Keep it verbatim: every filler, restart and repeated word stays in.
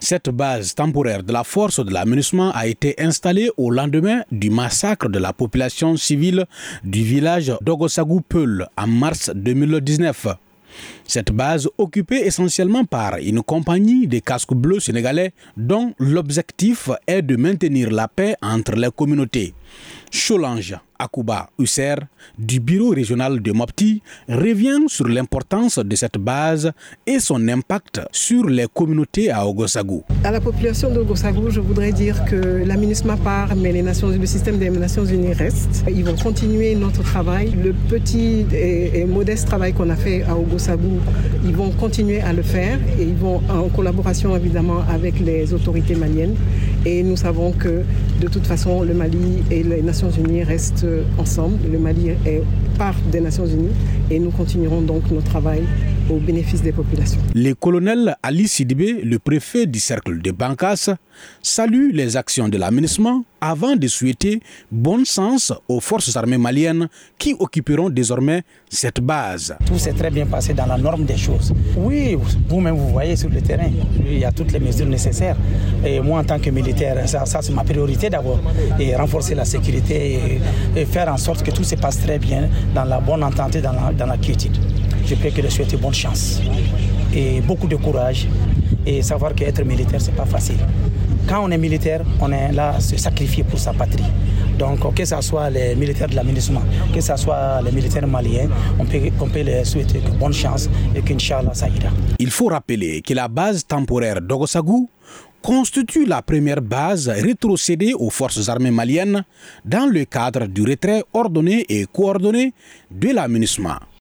Cette base temporaire de la force de l'aménagement a été installée au lendemain du massacre de la population civile du village d'Ogossagou-Peul en mars deux mille dix-neuf. Cette base, occupée essentiellement par une compagnie des casques bleus sénégalais dont l'objectif est de maintenir la paix entre les communautés. Cholange Akouba Husser du bureau régional de Mopti revient sur l'importance de cette base et son impact sur les communautés à Ogossagou. À la population d'Ogossagou, je voudrais dire que la MINUSMA part, mais les Nations, le système des Nations Unies reste. Ils vont continuer notre travail. Le petit et, et modeste travail qu'on a fait à Ogossagou, ils vont continuer à le faire et ils vont en collaboration évidemment avec les autorités maliennes. Et nous savons que de toute façon, le Mali et les Nations Unies restent ensemble. Le Mali est part des Nations Unies et nous continuerons donc notre travail au bénéfice des populations. Le colonel Ali Sidibé, le préfet du cercle de Bankas, salue les actions de l'aménagement avant de souhaiter bon sens aux forces armées maliennes qui occuperont désormais cette base. Tout s'est très bien passé dans la norme des choses. Oui, vous-même vous voyez sur le terrain, il y a toutes les mesures nécessaires. Et moi en tant que militaire, ça, ça c'est ma priorité d'abord. Et renforcer la sécurité et, et faire en sorte que tout se passe très bien dans la bonne entente et dans la, dans la quiétude. Je peux que leur souhaiter bonne chance et beaucoup de courage et savoir qu'être militaire, c'est pas facile. Quand on est militaire, on est là à se sacrifier pour sa patrie. Donc, que ce soit les militaires de l'aménagement, que ce soit les militaires maliens, on peut, on peut leur souhaiter bonne chance et qu'Inch'Allah, ça ira. Il faut rappeler que la base temporaire d'Ogossagou constitue la première base rétrocédée aux forces armées maliennes dans le cadre du retrait ordonné et coordonné de l'aménagement.